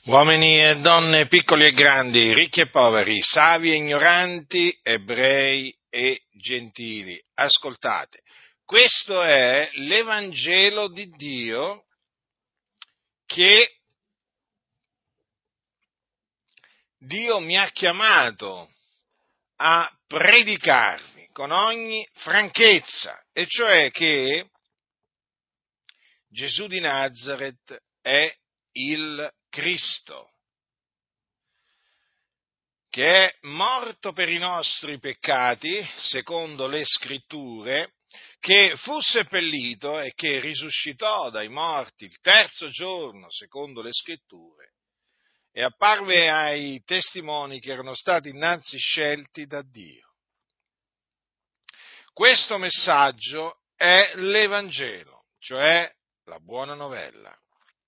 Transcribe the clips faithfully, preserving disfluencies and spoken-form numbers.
Uomini e donne, piccoli e grandi, ricchi e poveri, savi e ignoranti, ebrei e gentili, ascoltate. Questo è l'Evangelo di Dio che Dio mi ha chiamato a predicarvi con ogni franchezza, e cioè che Gesù di Nazaret è il Cristo, che è morto per i nostri peccati, secondo le Scritture, che fu seppellito e che risuscitò dai morti il terzo giorno, secondo le Scritture, e apparve ai testimoni che erano stati innanzi scelti da Dio. Questo messaggio è l'Evangelo, cioè la buona novella.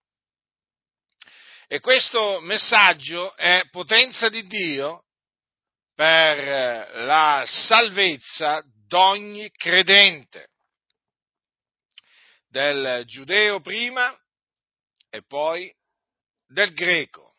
E questo messaggio è potenza di Dio per la salvezza d'ogni credente, del giudeo prima e poi del greco,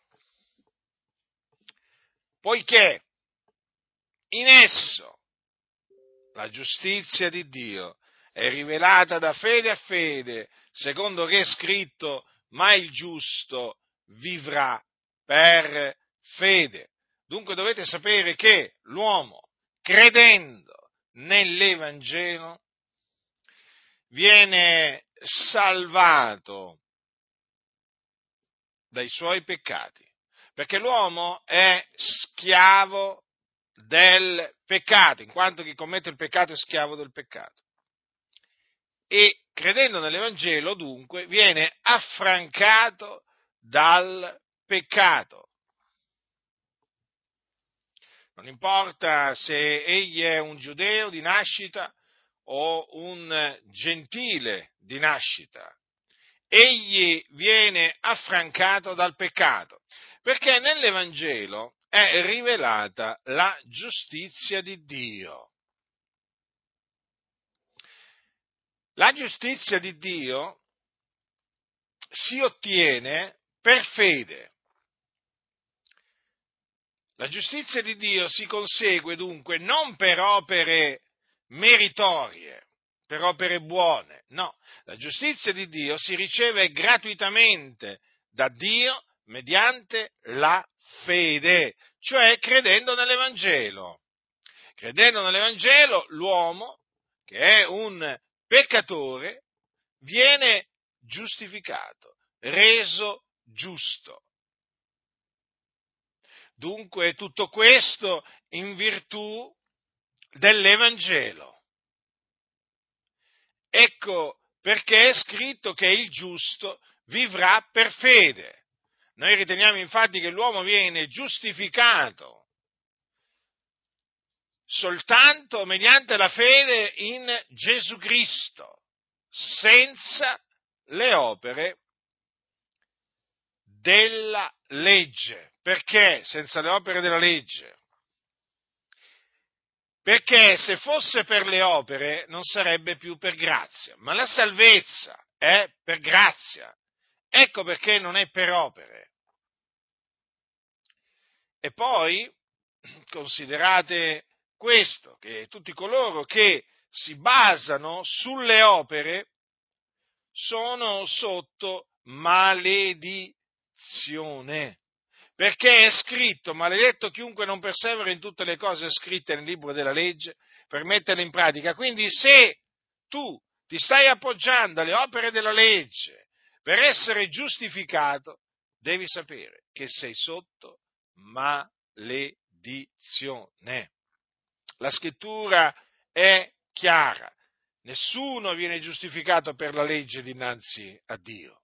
poiché in esso la giustizia di Dio è rivelata da fede a fede, secondo che è scritto: ma il giusto vivrà per fede. Dunque dovete sapere che l'uomo, credendo nell'Evangelo, viene salvato dai suoi peccati, perché l'uomo è schiavo del peccato, in quanto chi commette il peccato è schiavo del peccato. E credendo nell'Evangelo, dunque, viene affrancato dal peccato. Non importa se egli è un giudeo di nascita o un gentile di nascita, egli viene affrancato dal peccato, perché nell'Evangelo è rivelata la giustizia di Dio. La giustizia di Dio si ottiene per fede. La giustizia di Dio si consegue dunque non per opere meritorie, per opere buone, no. La giustizia di Dio si riceve gratuitamente da Dio mediante la fede, cioè credendo nell'Evangelo. Credendo nell'Evangelo, l'uomo, che è un peccatore, viene giustificato, reso giusto. Dunque tutto questo in virtù dell'Evangelo. Ecco perché è scritto che il giusto vivrà per fede. Noi riteniamo infatti che l'uomo viene giustificato soltanto mediante la fede in Gesù Cristo, senza le opere della legge. Perché senza le opere della legge? Perché se fosse per le opere non sarebbe più per grazia, ma la salvezza è per grazia. Ecco perché non è per opere. E poi considerate questo, che tutti coloro che si basano sulle opere sono sotto maledizione. Perché è scritto: maledetto chiunque non persevera in tutte le cose scritte nel libro della legge per metterle in pratica. Quindi se tu ti stai appoggiando alle opere della legge per essere giustificato, devi sapere che sei sotto maledizione. La scrittura è chiara: nessuno viene giustificato per la legge dinanzi a Dio.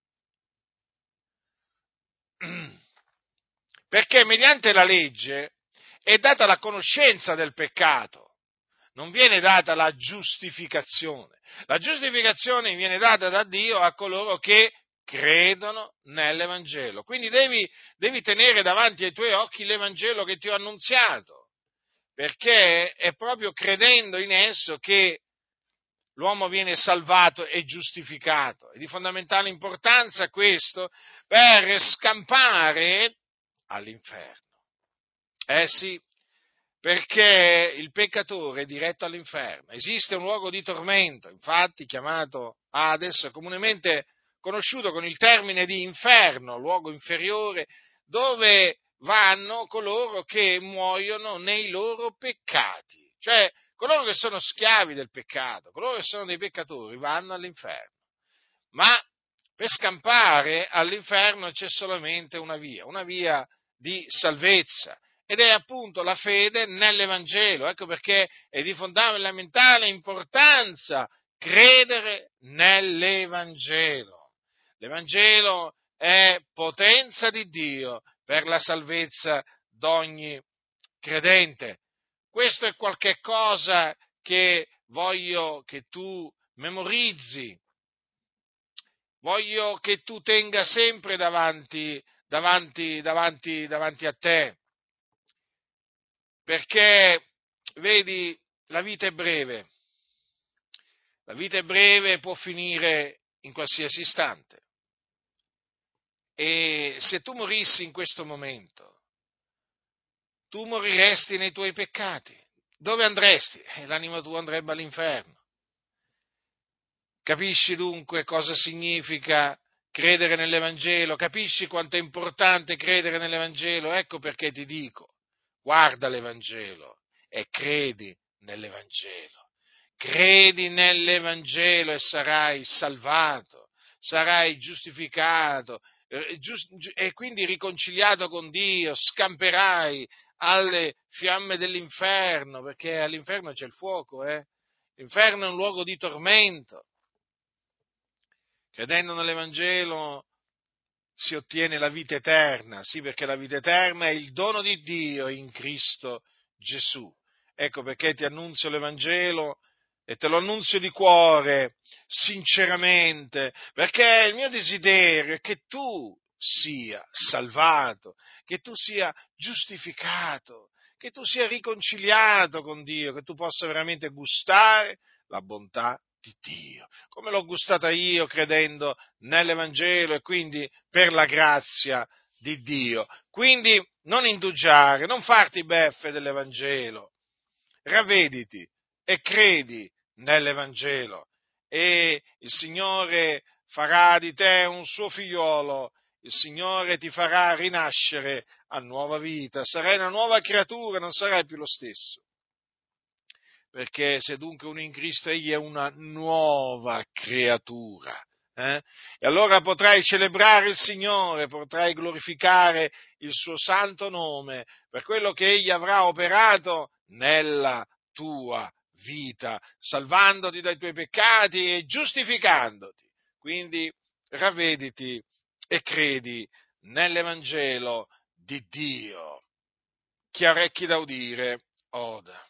Perché mediante la legge è data la conoscenza del peccato, non viene data la giustificazione. La giustificazione viene data da Dio a coloro che credono nell'Evangelo. Quindi devi, devi tenere davanti ai tuoi occhi l'Evangelo che ti ho annunziato, perché è proprio credendo in esso che l'uomo viene salvato e giustificato. È di fondamentale importanza questo per scampare all'inferno. Eh sì, perché il peccatore è diretto all'inferno. Esiste un luogo di tormento, infatti chiamato Hades, comunemente conosciuto con il termine di inferno, luogo inferiore, dove vanno coloro che muoiono nei loro peccati. Cioè, coloro che sono schiavi del peccato, coloro che sono dei peccatori, vanno all'inferno. Ma per scampare all'inferno c'è solamente una via, una via di salvezza. Ed è appunto la fede nell'Evangelo. Ecco perché è di fondamentale importanza credere nell'Evangelo. L'Evangelo è potenza di Dio per la salvezza d'ogni credente. Questo è qualche cosa che voglio che tu memorizzi, voglio che tu tenga sempre davanti, davanti, davanti, davanti a te. Perché, vedi, la vita è breve, la vita è breve e può finire in qualsiasi istante. E se tu morissi in questo momento, tu moriresti nei tuoi peccati. Dove andresti? Eh, l'anima tua andrebbe all'inferno. Capisci dunque cosa significa credere nell'Evangelo? Capisci quanto è importante credere nell'Evangelo? Ecco perché ti dico, guarda l'Evangelo e credi nell'Evangelo. Credi nell'Evangelo e sarai salvato, sarai giustificato eh, giust- gi- e quindi riconciliato con Dio, scamperai alle fiamme dell'inferno, perché all'inferno c'è il fuoco, eh? L'inferno è un luogo di tormento. Credendo nell'Evangelo si ottiene la vita eterna, sì, perché la vita eterna è il dono di Dio in Cristo Gesù. Ecco perché ti annunzio l'Evangelo e te lo annunzio di cuore, sinceramente, perché il mio desiderio è che tu sia salvato, che tu sia giustificato, che tu sia riconciliato con Dio, che tu possa veramente gustare la bontà di Dio, come l'ho gustata io credendo nell'Evangelo e quindi per la grazia di Dio. Quindi non indugiare, non farti beffe dell'Evangelo, ravvediti e credi nell'Evangelo e il Signore farà di te un suo figliolo, il Signore ti farà rinascere a nuova vita, sarai una nuova creatura, non sarai più lo stesso. Perché se dunque uno in Cristo egli è una nuova creatura. Eh? E allora potrai celebrare il Signore, potrai glorificare il suo santo nome per quello che egli avrà operato nella tua vita, salvandoti dai tuoi peccati e giustificandoti. Quindi ravvediti e credi nell'Evangelo di Dio. Chi ha orecchi da udire, oda.